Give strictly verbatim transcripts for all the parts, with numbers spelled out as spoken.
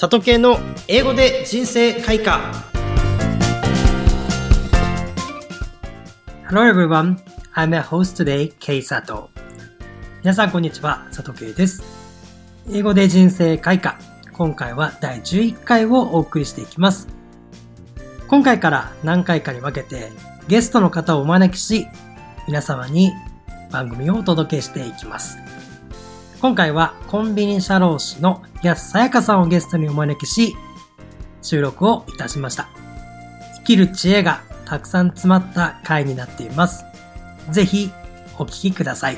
佐藤系の英語で人生開花。 Hello everyone, I'm a host today, Kei Sato。 皆さんこんにちは、佐藤圭です。英語で人生開花、今回はだいじゅういっかいをお送りしていきます。今回から何回かに分けてゲストの方をお招きし、皆様に番組をお届けしていきます。今回はコンビニ社労士の安さやかさんをゲストにお招きし、収録をいたしました。生きる知恵がたくさん詰まった回になっています。ぜひお聞きください。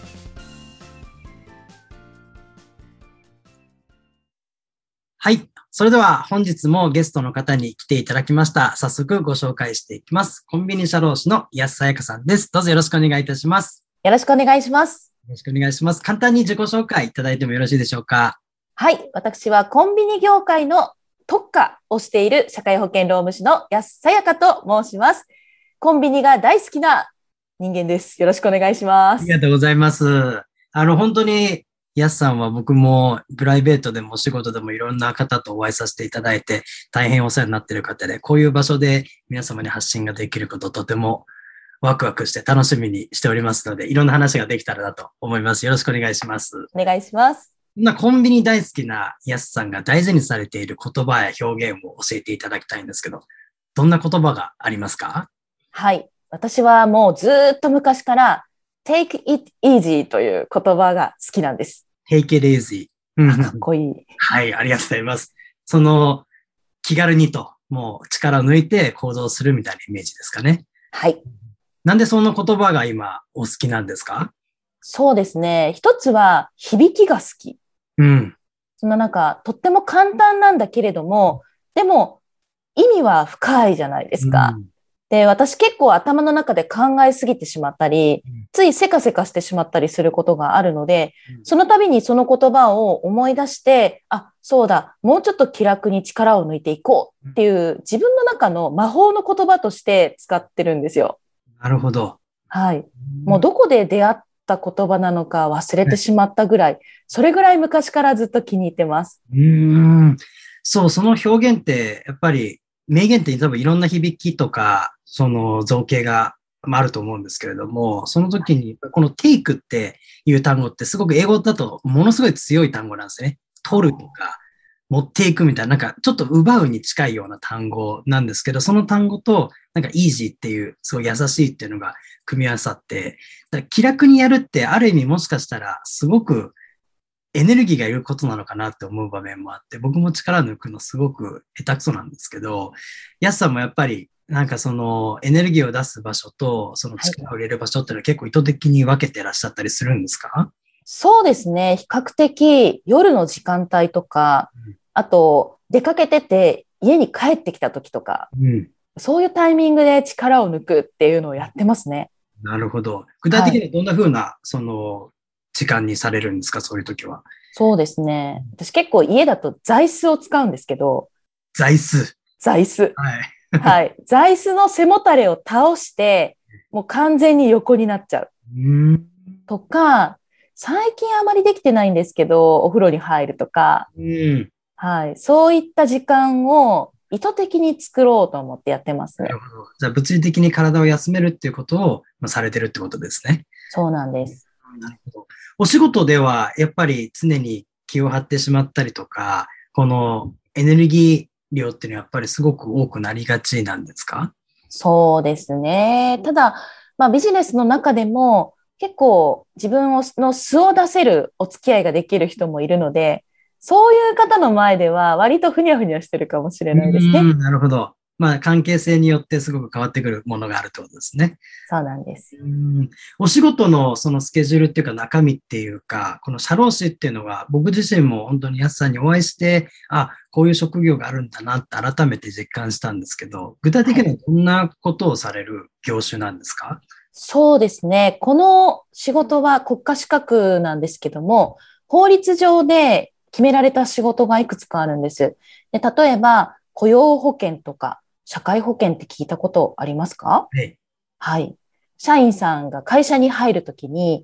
はい。それでは本日もゲストの方に来ていただきました。早速ご紹介していきます。コンビニ社労士の安さやかさんです。どうぞよろしくお願いいたします。 よろしくお願いします。 よろしくお願いします。簡単に自己紹介いただいてもよろしいでしょうか。 はい。私はコンビニ業界の特化をしている社会保険労務士の安さやかと申します。コンビニが大好きな人間です。よろしくお願いします。 ありがとうございます。あの、本当に安さんは僕もプライベートでもお仕事でもいろんな方とお会いさせていただいて大変お世話になっている方で、こういう場所で皆様に発信ができることとてもワクワクして楽しみにしておりますので、いろんな話ができたらなと思います。よろしくお願いします。 お願いします。 そんなコンビニ大好きな安さんが大事にされている言葉や表現を教えていただきたいんですけど、どんな言葉がありますか？ はい。私はもうずっと昔から Take it easy という言葉が好きなんです。 Take it easy。 かっこいい。 はい、ありがとうございます。その気軽にと、もう力を抜いて行動するみたいなイメージですかね。 はい。 なんでその言葉が今お好きなんですか？ そうですね。一つは響きが好き。 うん。 そのなんかとっても簡単なんだけれども、でも意味は深いじゃないですか。うん、で、私結構頭の中で考えすぎてしまったり、うん、ついせかせかしてしまったりすることがあるので、うん、その度にその言葉を思い出して、あ、そうだ、もうちょっと気楽に力を抜いていこうっていう自分の中の魔法の言葉として使ってるんですよ。 なるほど。 はい。もうどこで出会った言葉なのか忘れてしまったぐらい、それぐらい昔からずっと気に入ってます。 うーん。そう、その表現って、やっぱり名言って多分いろんな響きとか、その造形があると思うんですけれども、その時にこの take っていう単語ってすごく英語だとものすごい強い単語なんですね。取るとか、持っていくみたいな、なんかちょっと奪うに近いような単語なんですけど、その単語となんか easy っていう、すごい優しいっていうのが組み合わさって、だから気楽にやるってある意味もしかしたらすごくエネルギーがいることなのかなって思う場面もあって、僕も力抜くのすごく下手くそなんですけど、やすさんもやっぱりなんかそのエネルギーを出す場所とその力を入れる場所っていうのは結構意図的に分けてらっしゃったりするんですか？ そうですね。比較的夜の時間帯とか、うん、あと出かけてて家に帰ってきた時とか、うん、そういうタイミングで力を抜くっていうのをやってますね。 なるほど。具体的にどんな風な、はい、その時間にされるんですか？そういう時は。 そうですね。私結構家だと座椅子を使うんですけど。 座椅子。 座椅子。 はい。 はい。座椅子の背もたれを倒して、もう完全に横になっちゃう。 うんとか、最近あまりできてないんですけど、お風呂に入るとか、 うん、 はい。そういった時間を意図的に作ろうと思ってやってますね。 なるほど。じゃあ物理的に体を休めるっていうことを、まあ、されてるってことですね。 そうなんです。 なるほど。お仕事ではやっぱり常に気を張ってしまったりとか、このエネルギー量っていうのはやっぱりすごく多くなりがちなんですか？ そうですね。ただ、まあビジネスの中でも結構自分の素を出せるお付き合いができる人もいるので、そういう方の前では割とふにゃふにゃしてるかもしれないですね。 うん、なるほど。まあ関係性によってすごく変わってくるものがあるってことですね。 そうなんです。 うん、お仕事のそのスケジュールっていうか中身っていうか、この社労士っていうのは僕自身も本当に安さんにお会いして、あ、こういう職業があるんだなって改めて実感したんですけど、具体的にはどんなことをされる業種なんですか？はい、 そうですね。この仕事は国家資格なんですけども、法律上で決められた仕事がいくつかあるんです。で、例えば雇用保険とか社会保険って聞いたことありますか？ はい。 はい。社員さんが会社に入るときに、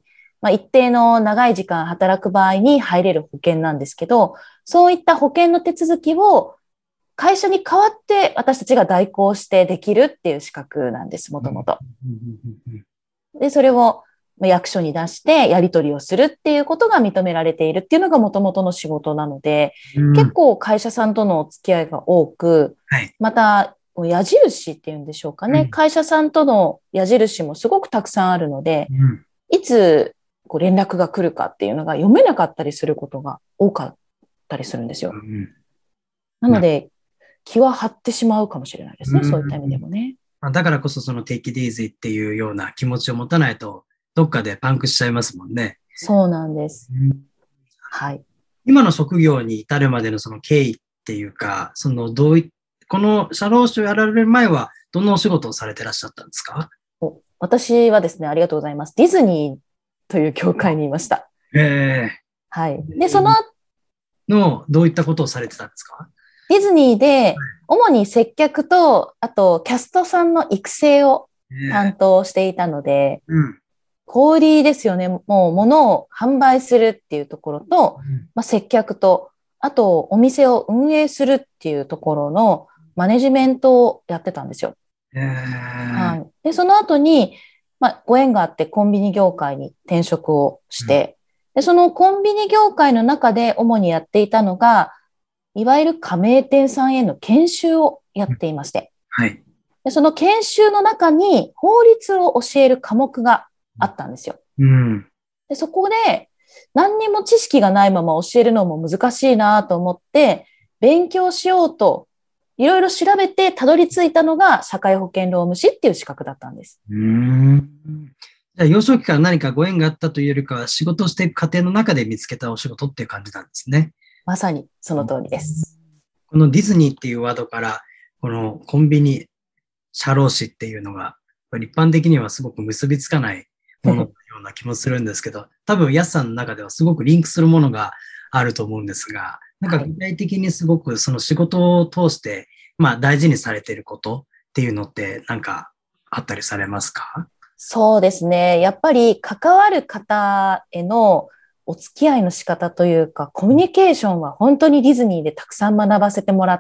まあ、一定の長い時間働く場合に入れる保険なんですけど、そういった保険の手続きを会社に代わって私たちが代行してできるっていう資格なんです、もともと。で、それを役所に出してやり取りをするっていうことが認められているっていうのがもともとの仕事なので、うん、結構会社さんとのお付き合いが多く、はい、また矢印っていうんでしょうかね、うん、会社さんとの矢印もすごくたくさんあるので、うん、いつこう連絡が来るかっていうのが読めなかったりすることが多かったりするんですよ。うん、なので、気は張ってしまうかもしれないですね、うん、そういった意味でもね。 だからこそその Take it easy っていうような気持ちを持たないと、どっかでパンクしちゃいますもんね。 そうなんです。うん、はい。 今の職業に至るまでのその経緯っていうか、そのどうい、この社労士をやられる前は、どんなお仕事をされてらっしゃったんですか？ 私はですね、ありがとうございます。ディズニーという協会にいました。 へえ。 はい。で、そのの、どういったことをされてたんですか？ ディズニーで、主に接客と、あと、キャストさんの育成を担当していたので、うん、小売りですよね。もう物を販売するっていうところと、うん、まあ、接客と、あとお店を運営するっていうところのマネジメントをやってたんですよ。はい、で、その後に、まあ、ご縁があってコンビニ業界に転職をして、うん、で、そのコンビニ業界の中で主にやっていたのが、いわゆる加盟店さんへの研修をやっていまして、 はい、 でその研修の中に法律を教える科目があったんですよ。 うん、 でそこで何にも知識がないまま教えるのも難しいなと思って勉強しようといろいろ調べてたどり着いたのが社会保険労務士っていう資格だったんです。 うーん、じゃあ幼少期から何かご縁があったというよりかは仕事をしていく過程の中で見つけたお仕事っていう感じなんですね。 まさにその通りです。 このディズニーっていうワードからこのコンビニ社労士っていうのが一般的にはすごく結びつかないもののような気もするんですけど、多分ヤスさんの中ではすごくリンクするものがあると思うんですが、なんか具体的にすごくその仕事を通して、まあ大事にされていることっていうのってなんかあったりされますか？ そうですね。やっぱり関わる方へのお付き合いの仕方というか、コミュニケーションは本当にディズニーでたくさん学ばせてもらって、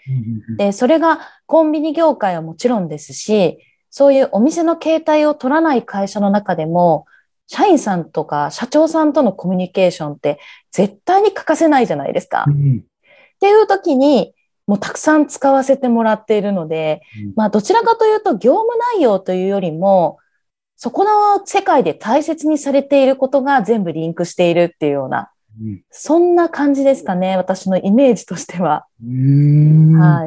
で、それがコンビニ業界はもちろんですし、そういうお店の形態を取らない会社の中でも、社員さんとか社長さんとのコミュニケーションって絶対に欠かせないじゃないですか。うん、っていう時に、もうたくさん使わせてもらっているので、うん、まあどちらかというと業務内容というよりも、そこの世界で大切にされていることが全部リンクしているっていうような、うん、そんな感じですかね、私のイメージとしては。 うーん、はい、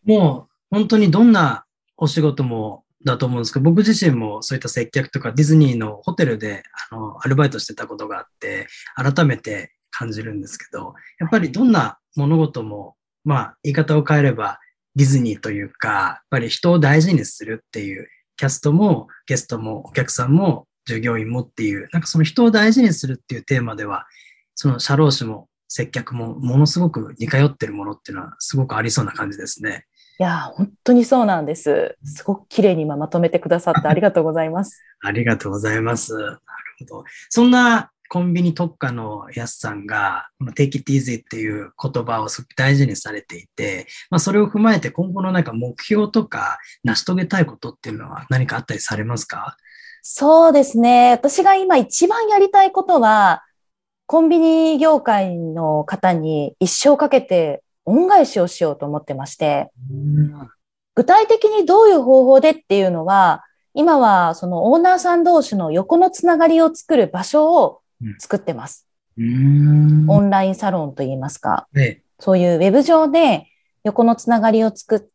もう本当にどんなお仕事もだと思うんですけど、僕自身もそういった接客とかディズニーのホテルであのアルバイトしてたことがあって、改めて感じるんですけど、やっぱりどんな物事も、まあ言い方を変えればディズニーというか、やっぱり人を大事にするっていう、キャストもゲストもお客さんも従業員もっていう、なんかその人を大事にするっていうテーマでは、その社労士も接客もものすごく似通ってるものっていうのはすごくありそうな感じですね。 いや、本当にそうなんです。すごく綺麗に今まとめてくださってありがとうございます。 ありがとうございます。なるほど。そんなコンビニ特化のやすさんが、この Take it easy っていう言葉をすごく大事にされていて、まあそれを踏まえて今後のなんか目標とか成し遂げたいことっていうのは何かあったりされますか？ そうですね。私が今一番やりたいことは、コンビニ業界の方に一生かけて恩返しをしようと思ってまして、具体的にどういう方法でっていうのは、今はそのオーナーさん同士の横のつながりを作る場所を作ってます。 うーん、 オンラインサロンといいますか、 ね、 そういうウェブ上で横のつながりを作って、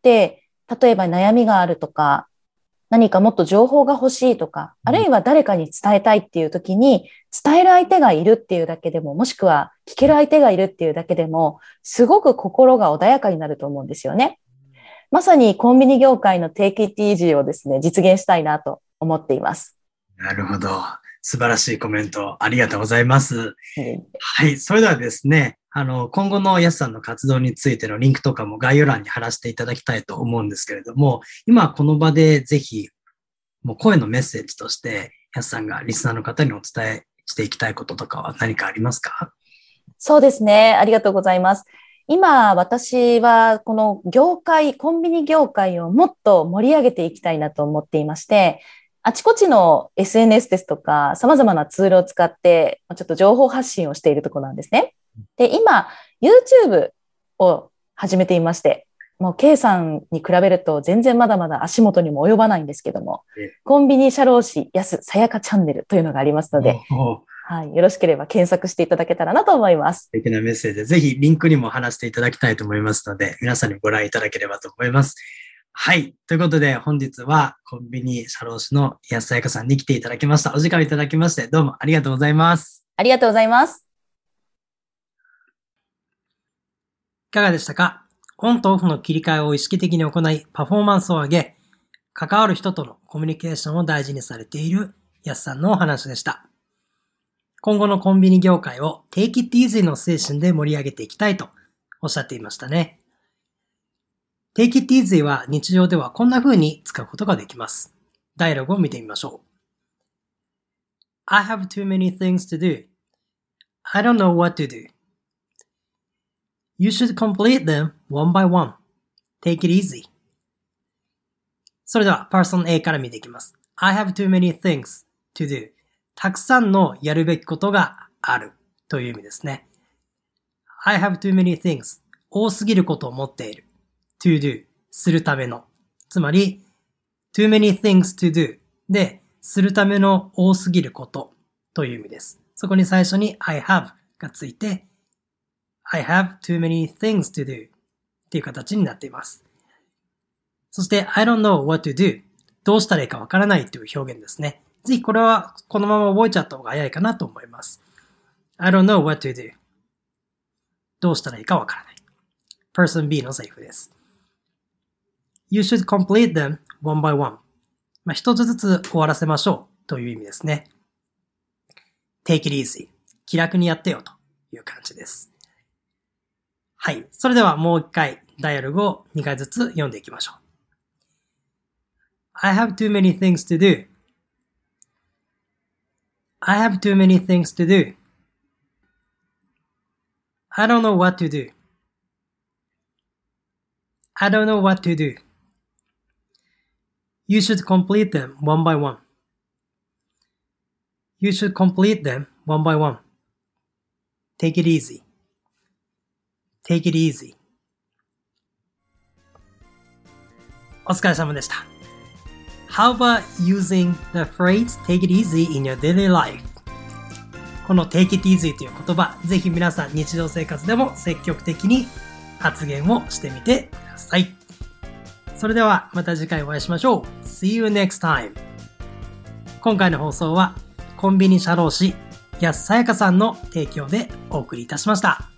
例えば悩みがあるとか、何かもっと情報が欲しいとか、あるいは誰かに伝えたいっていう時に、伝える相手がいるっていうだけでも、もしくは聞ける相手がいるっていうだけでも、すごく心が穏やかになると思うんですよね。まさにコンビニ業界の Take it easy をですね、実現したいなと思っています。 なるほど。素晴らしいコメントありがとうございます。はい。それではですね、あの、今後のやすさんの活動についてのリンクとかも概要欄に貼らせていただきたいと思うんですけれども、今この場でぜひ、もう声のメッセージとして、やすさんがリスナーの方にお伝えしていきたいこととかは何かありますか？ そうですね。ありがとうございます。今、私はこの業界、コンビニ業界をもっと盛り上げていきたいなと思っていまして、あちこちの エスエヌエス ですとか、様々なツールを使って、ちょっと情報発信をしているところなんですね。で、今、YouTube を始めていまして、もう K さんに比べると全然まだまだ足元にも及ばないんですけども、コンビニ社労士安さやかチャンネルというのがありますので、はい、よろしければ検索していただけたらなと思います。 素敵なメッセージで、ぜひリンクにも貼らせていただきたいと思いますので、皆さんにご覧いただければと思います。はい。ということで、本日はコンビニ社労士の安さやかさんに来ていただきました。お時間いただきまして、どうもありがとうございます。 ありがとうございます。 いかがでしたか？オンとオフの切り替えを意識的に行い、パフォーマンスを上げ、関わる人とのコミュニケーションを大事にされている安さんのお話でした。今後のコンビニ業界を Take it easy の精神で盛り上げていきたいとおっしゃっていましたね。Take it easy は日常ではこんな風に使うことができます。ダイアログを見てみましょう。I have too many things to do. I don't know what to do.You should complete them one by one. Take it easy. それでは、Person A から見ていきます。I have too many things to do. たくさんのやるべきことがあるという意味ですね。I have too many things. 多すぎることを持っている。to do. するための。つまり、too many things to do で、するための多すぎることという意味です。そこに最初に I have がついて、I have too many things to do っていう形になっています。そして I don't know what to do どうしたらいいかわからないという表現ですね。ぜひこれはこのまま覚えちゃった方が早いかなと思います。I don't know what to do どうしたらいいかわからない。Person B のセリフです。You should complete them one by one まあ、一つずつ終わらせましょうという意味ですね。Take it easy 気楽にやってよという感じです。はい。それではもう一回ダイアログをにかいずつ読んでいきましょう。I have too many things to do. I have too many things to do. I don't know what to do. I don't know what to do. You should complete them one by one. You should complete them one by one. Take it easy.Take it easy. お疲れ様でした。How about using the phrase take it easy in your daily life? この take it easy という言葉、ぜひ皆さん日常生活でも積極的に発言をしてみてください。それではまた次回お会いしましょう。See you next time. 今回の放送はコンビニ社労士安さやかさんの提供でお送りいたしました。